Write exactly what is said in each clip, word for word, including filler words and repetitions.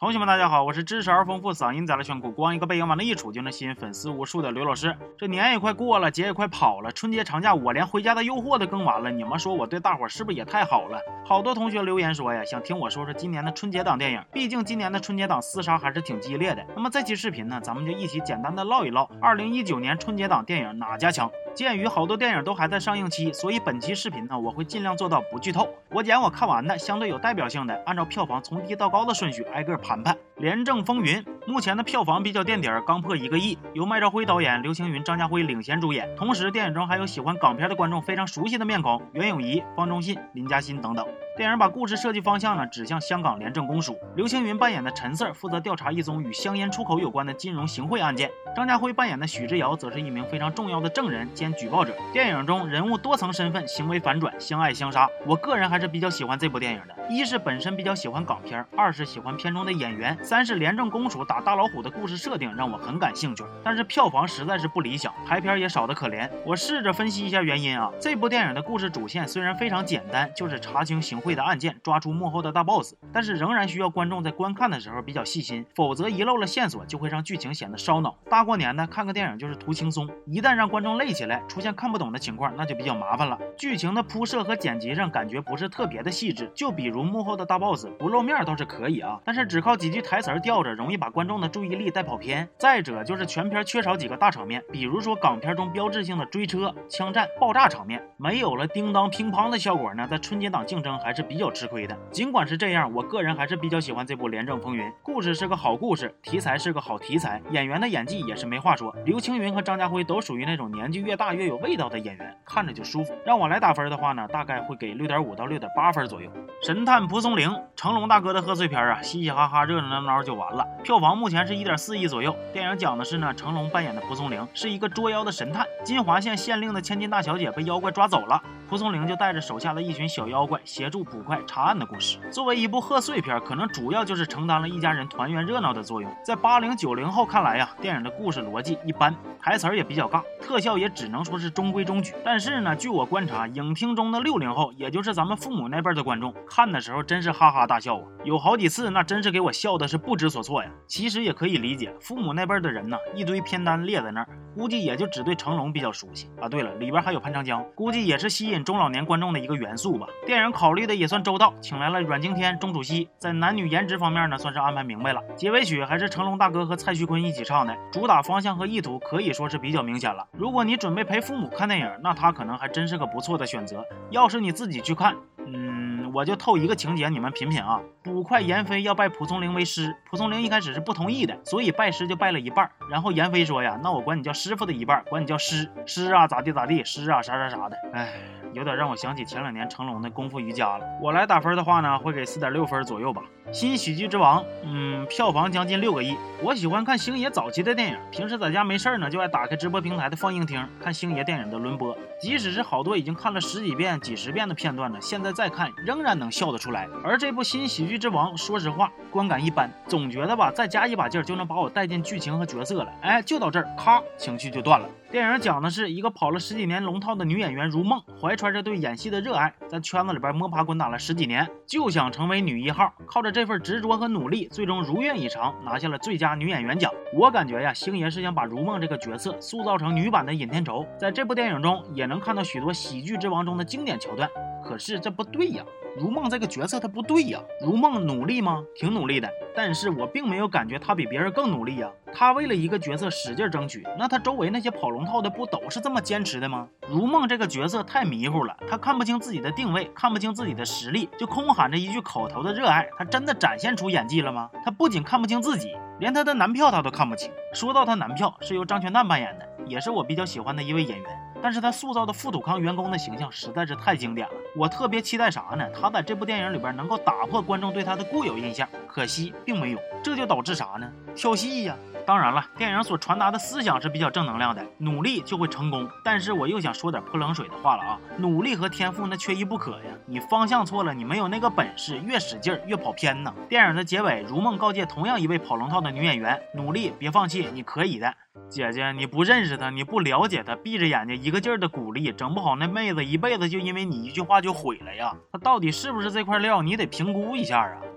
同学们大家好，我是知识而丰富，嗓音在了炫酷，光一个背影往那一杵就能吸引粉丝无数的刘老师。这年也快过了，节也快跑了，春节长假我连回家的诱惑都更完了，你们说我对大伙是不是也太好了？好多同学留言说呀，想听我说说今年的春节档电影，毕竟今年的春节档厮杀还是挺激烈的。那么这期视频呢，咱们就一起简单的唠一唠二零一九年春节档电影哪家强。鉴于好多电影都还在上映期，所以本期视频呢，我会尽量做到不剧透。我捡我看完的相对有代表性的，按照票房从低到高的顺序挨个盘盘。廉政风云目前的票房比较垫底，刚破一个亿，由麦兆辉导演、刘青云、张家辉领衔主演。同时，电影中还有喜欢港片的观众非常熟悉的面孔，袁咏仪、方中信、林嘉欣等等。电影把故事设计方向呢指向香港廉政公署，刘青云扮演的陈 Sir 负责调查一宗与香烟出口有关的金融行贿案件，张家辉扮演的许之遥则是一名非常重要的证人兼举报者。电影中人物多层身份，行为反转，相爱相杀。我个人还是比较喜欢这部电影的，一是本身比较喜欢港片，二是喜欢片中的演员，三是廉政公署打大老虎的故事设定让我很感兴趣。但是票房实在是不理想，排片也少得可怜。我试着分析一下原因啊，这部电影的故事主线虽然非常简单，就是查清行贿的案件，抓出幕后的大 boss， 但是仍然需要观众在观看的时候比较细心，否则遗漏了线索就会让剧情显得烧脑。大过年的看个电影就是图轻松，一旦让观众累起来，出现看不懂的情况，那就比较麻烦了。剧情的铺设和剪辑上感觉不是特别的细致，就比如幕后的大 boss 不露面倒是可以啊，但是只靠几句台词吊着，容易把观众的注意力带跑偏。再者就是全片缺少几个大场面，比如说港片中标志性的追车、枪战、爆炸场面，没有了叮当乒乓的效果呢，在春节档竞争还是比较吃亏的。尽管是这样，我个人还是比较喜欢这部廉政风云，故事是个好故事，题材是个好题材，演员的演技也是没话说。刘青云和张家辉都属于那种年纪越大越有味道的演员，看着就舒服。让我来打分的话呢，大概会给 六点五 到 六点八 分左右。神探蒲松龄，成龙大哥的贺岁片啊，嘻嘻哈哈热热闹闹就完了。票房目前是 一点四亿左右。电影讲的是呢，成龙扮演的蒲松龄是一个捉妖的神探，金华县县令的千金大小姐被妖怪抓走了，蒲松龄就带着手下的一群小妖怪协助捕快查案的故事。作为一部贺岁片，可能主要就是承担了一家人团圆热闹的作用。在八零九零后看来呀，电影的故事逻辑一般，台词也比较尬，特效也只能说是中规中矩。但是呢，据我观察，影厅中的六零后，也就是咱们父母那辈的观众，看的时候真是哈哈大笑啊，有好几次那真是给我笑的是不知所措呀。其实也可以理解，父母那辈的人呢，一堆片单列在那儿，估计也就只对成龙比较熟悉啊。对了，里边还有潘长江，估计也是吸引中老年观众的一个元素吧。电影考虑的也算周到，请来了阮经天、钟楚曦，在男女颜值方面呢，算是安排明白了。结尾曲还是成龙大哥和蔡徐坤一起唱的，主打方向和意图可以说是比较明显了。如果你准备陪父母看电影，那他可能还真是个不错的选择。要是你自己去看，嗯，我就透一个情节，你们品品啊。捕快严飞要拜蒲松龄为师，蒲松龄一开始是不同意的，所以拜师就拜了一半。然后严飞说呀，那我管你叫师傅的一半，管你叫师师啊，咋地咋地，师啊，啥啥啥的。哎，有点让我想起前两年成龙的功夫瑜伽了。我来打分的话呢，会给 四点六 分左右吧。新喜剧之王，嗯，票房将近六个亿。我喜欢看星爷早期的电影，平时在家没事呢，就爱打开直播平台的放映厅看星爷电影的轮播。即使是好多已经看了十几遍、几十遍的片段呢，现在再看仍然能笑得出来。而这部新喜剧之王，说实话观感一般，总觉得吧，再加一把劲儿就能把我带进剧情和角色了。哎，就到这儿，咔，情绪就断了。电影讲的是一个跑了十几年龙套的女演员如梦，怀揣着对演戏的热爱，在圈子里边摸爬滚打了十几年，就想成为女一号。靠着这份执着和努力，最终如愿以偿拿下了最佳女演员奖。我感觉呀，星爷是想把如梦这个角色塑造成女版的尹天仇，在这部电影中也能看到许多喜剧之王中的经典桥段。可是这不对呀，如梦这个角色他不对呀。如梦努力吗？挺努力的，但是我并没有感觉他比别人更努力呀。他为了一个角色使劲争取，那他周围那些跑龙套的不都是这么坚持的吗？如梦这个角色太迷糊了，他看不清自己的定位，看不清自己的实力，就空喊着一句口头的热爱，他真的展现出演技了吗？他不仅看不清自己，连他的男票他都看不清。说到他男票是由张全蛋扮演的，也是我比较喜欢的一位演员，但是他塑造的富土康员工的形象实在是太经典了。我特别期待啥呢？他在这部电影里边能够打破观众对他的固有印象，可惜并没有，这就导致啥呢？跳戏呀。当然了，电影所传达的思想是比较正能量的，努力就会成功。但是我又想说点泼冷水的话了啊，努力和天赋那缺一不可呀。你方向错了，你没有那个本事，越使劲越跑偏呢。电影的结尾，如梦告诫同样一位跑龙套的女演员，努力别放弃，你可以的。姐姐，你不认识她，你不了解她，闭着眼睛一个劲儿的鼓励，整不好那妹子一辈子就因为你一句话就毁了呀。她到底是不是这块料，你得评估一下啊。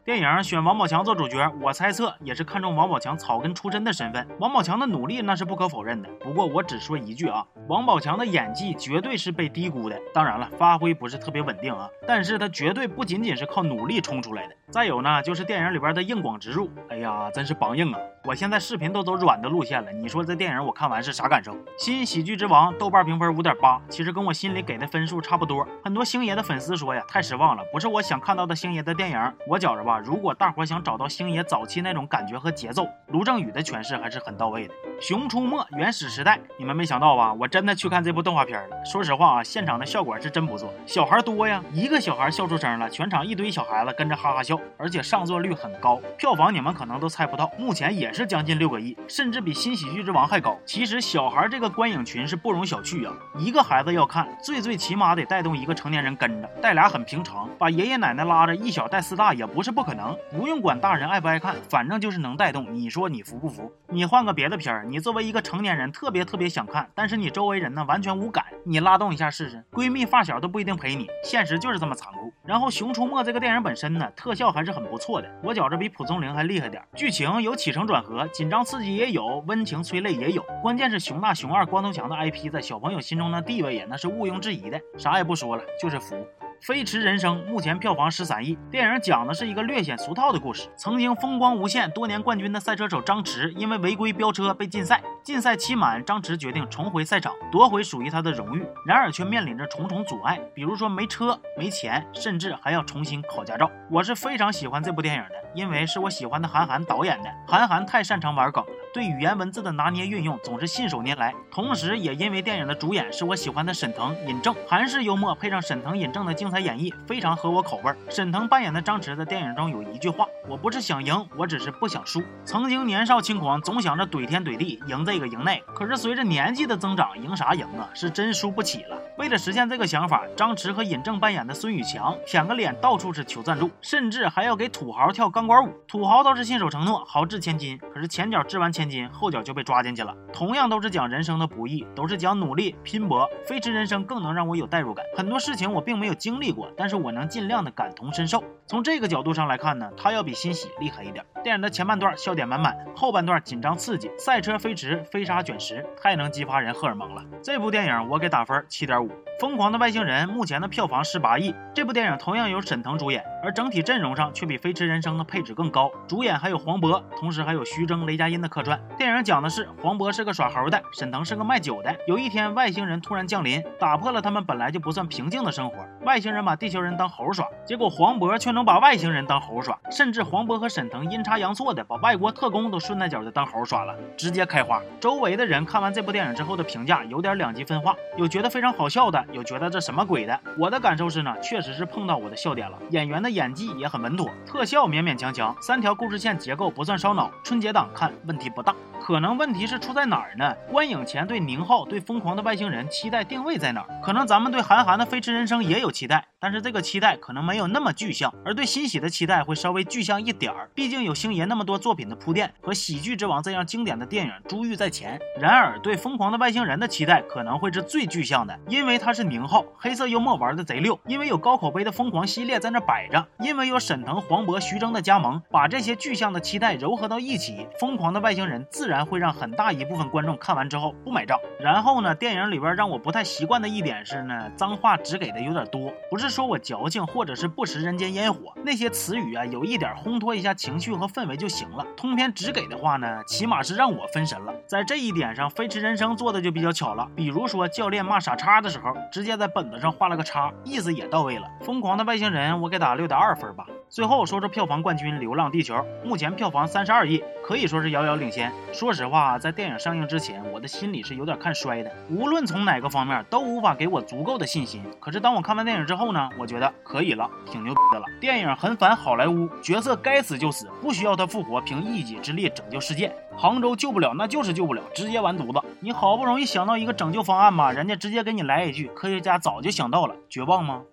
电影选王宝强做主角，我猜测也是看中王宝强草根出身的身份。王宝强的努力那是不可否认的，不过我只说一句啊，王宝强的演技绝对是被低估的。当然了，发挥不是特别稳定啊，但是他绝对不仅仅是靠努力冲出来的。再有呢，就是电影里边的硬广植入，哎呀，真是梆硬啊！我现在视频都走软的路线了，你说这电影我看完是啥感受？新喜剧之王豆瓣评分 五点八， 其实跟我心里给的分数差不多。很多星爷的粉丝说呀，太失望了，不是我想看到的星爷的电影。我觉着吧，如果大伙想找到星爷早期那种感觉和节奏，卢正雨的诠释还是很到位的。熊出没原始时代，你们没想到吧？我真的去看这部动画片了。说实话啊，现场的效果是真不错，小孩多呀，一个小孩笑出声了，全场一堆小孩子跟着哈哈笑，而且上座率很高，票房你们可能都猜不到，目前也是将近六个亿，甚至比新喜剧之王还高。其实小孩这个观影群是不容小觑啊，一个孩子要看，最最起码得带动一个成年人跟着，带俩很平常，把爷爷奶奶拉着一小带四大也不是不可能，不用管大人爱不爱看，反正就是能带动，你说你服不服？你换个别的片儿，你作为一个成年人特别特别想看，但是你周围人呢完全无感，你拉动一下试试，闺蜜发小都不一定陪你，现实就是这么残酷。然后熊出没这个电影本身呢，特效还是很不错的，我觉着比蒲松龄还厉害点，剧情有起承转合，紧张刺激也有，温情催泪也有，关键是熊大熊二光头强的 I P 在小朋友心中的地位也那是毋庸置疑的。啥也不说了，就是服。飞驰人生目前票房十三亿，电影讲的是一个略显俗套的故事。曾经风光无限、多年冠军的赛车手张弛，因为违规飙车被禁赛。禁赛期满，张弛决定重回赛场，夺回属于他的荣誉。然而却面临着重重阻碍，比如说没车、没钱，甚至还要重新考驾照。我是非常喜欢这部电影的，因为是我喜欢的韩寒导演的。韩寒太擅长玩梗了，对语言文字的拿捏运用总是信手拈来。同时也因为电影的主演是我喜欢的沈腾、尹正，韩式幽默配上沈腾、尹正的精彩演绎，非常合我口味。沈腾扮演的张弛在电影中有一句话：我不是想赢，我只是不想输。曾经年少轻狂，总想着怼天怼地，赢这个赢那个，可是随着年纪的增长，赢啥赢啊，是真输不起了。为了实现这个想法，张弛和尹正扮演的孙宇强舔个脸到处是求赞助，甚至还要给土豪跳钢管舞。土豪倒是信守承诺，豪掷千金，可是前脚掷完千金，后脚就被抓进去了。同样都是讲人生的不易，都是讲努力拼搏，飞驰人生更能让我有代入感。很多事情我并没有经历过，但是我能尽量的感同身受。从这个角度上来看呢，它要比新喜厉害一点。电影的前半段笑点满满，后半段紧张刺激，赛车飞驰，飞沙卷石，太能激发人荷尔蒙了。这部电影我给打分 七点五。疯狂的外星人目前的票房十八亿，这部电影同样由沈腾主演，而整体阵容上却比飞驰人生的配置更高，主演还有黄渤，同时还有徐峥、雷佳音的客串。电影讲的是黄渤是个耍猴的，沈腾是个卖酒的。有一天外星人突然降临，打破了他们本来就不算平静的生活。外星人把地球人当猴耍，结果黄渤却能把外星人当猴耍，甚至黄渤和沈腾阴差阳错的把外国特工都顺带脚的当猴耍了，直接开花。周围的人看完这部电影之后的评价有点两极分化，有觉得非常好笑的，有觉得这什么鬼的。我的感受是呢，确实是碰到我的笑点了，演员的演技也很稳妥，特效勉勉强强，三条故事线结构不算烧脑，春节档看问题不大。可能问题是出在哪儿呢？观影前对宁浩、对疯狂的外星人期待定位在哪儿？可能咱们对韩寒的飞驰人生也有期待，但是这个期待可能没有那么具象，而对新喜的期待会稍微具象一点儿。毕竟有星爷那么多作品的铺垫和喜剧之王这样经典的电影珠玉在前。然而对疯狂的外星人的期待可能会是最具象的，因为他是宁浩，黑色幽默玩的贼溜，因为有高口碑的疯狂系列在那摆着，因为有沈腾、黄渤、徐峥的加盟，把这些具象的期待糅合到一起，疯狂的外星人自然会让很大一部分观众看完之后不买账。然后呢，电影里边让我不太习惯的一点是呢，脏话只给的有点多，不是说我矫情或者是不食人间烟火，那些词语啊有一点烘托一下情绪和氛围就行了，通篇只给的话呢，起码是让我分神了。在这一点上飞驰人生做的就比较巧了，比如说教练骂傻叉的时候直接在本子上画了个叉，意思也到位了。疯狂的外星人我给打 六点二分吧。最后说说票房冠军《流浪地球》，目前票房三十二亿，可以说是遥遥领先。说实话，在电影上映之前，我的心里是有点看衰的，无论从哪个方面都无法给我足够的信心。可是当我看完电影之后呢，我觉得可以了，挺牛逼的了。电影很反好莱坞，角色该死就死，不需要他复活，凭一己之力拯救世界。杭州救不了，那就是救不了，直接完犊子。你好不容易想到一个拯救方案嘛，人家直接给你来一句科学家早就想到了，绝望吗？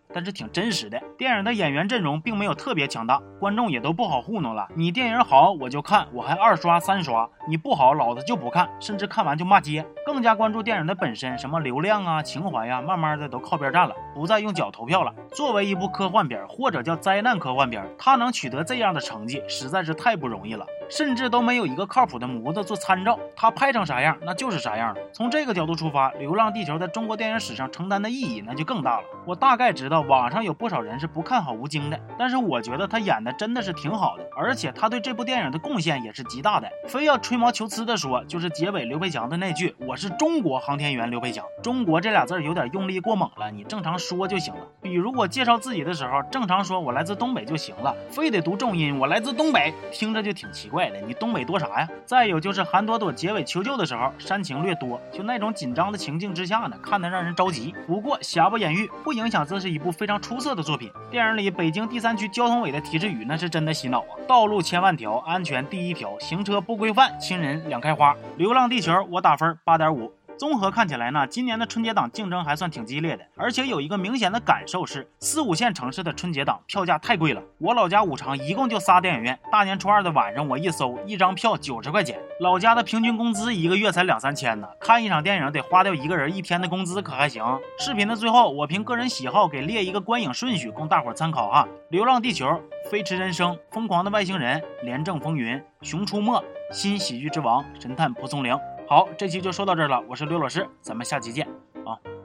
但是挺真实的。电影的演员阵容并没有特别强大，观众也都不好糊弄了。你电影好我就看，我还二刷三刷，你不好老子就不看，甚至看完就骂街。更加关注电影的本身，什么流量啊、情怀啊，慢慢的都靠边站了，不再用脚投票了。作为一部科幻片或者叫灾难科幻片，它能取得这样的成绩实在是太不容易了，甚至都没有一个靠谱的模子做参照，它拍成啥样那就是啥样了。从这个角度出发，流浪地球在中国电影史上承担的意义那就更大了。我大概知道网上有不少人是不看好吴京的，但是我觉得他演的真的是挺好的，而且他对这部电影的贡献也是极大的。非要吹毛求疵的说，就是结尾刘培强的那句我是中国航天员刘培强，中国这俩字有点用力过猛了，你正常说就行了。比如我介绍自己的时候，正常说我来自东北就行了，非得读重音我来自东北，听着就挺奇怪的，你东北多啥呀？再有就是韩朵朵结尾求救的时候煽情略多，就那种紧张的情境之下呢，看得让人着急。不过瑕不掩瑜，不影响这是一部非常出色的作品。电影里北京第三区交通委的提示语那是真的洗脑啊，道路千万条，安全第一条，行车不规范，亲人两开花。流浪地球我打分 八点五。综合看起来呢，今年的春节档竞争还算挺激烈的，而且有一个明显的感受是，四五线城市的春节档票价太贵了。我老家五常一共就仨电影院，大年初二的晚上我一搜，一张票九十块钱，老家的平均工资一个月才两三千呢，看一场电影得花掉一个人一天的工资，可还行？视频的最后，我凭个人喜好给列一个观影顺序，供大伙参考啊。流浪地球、飞驰人生、疯狂的外星人、廉政风云、熊出没、新喜剧之王、神探蒲松龄。好，这期就说到这儿了，我是刘老师，咱们下期见啊。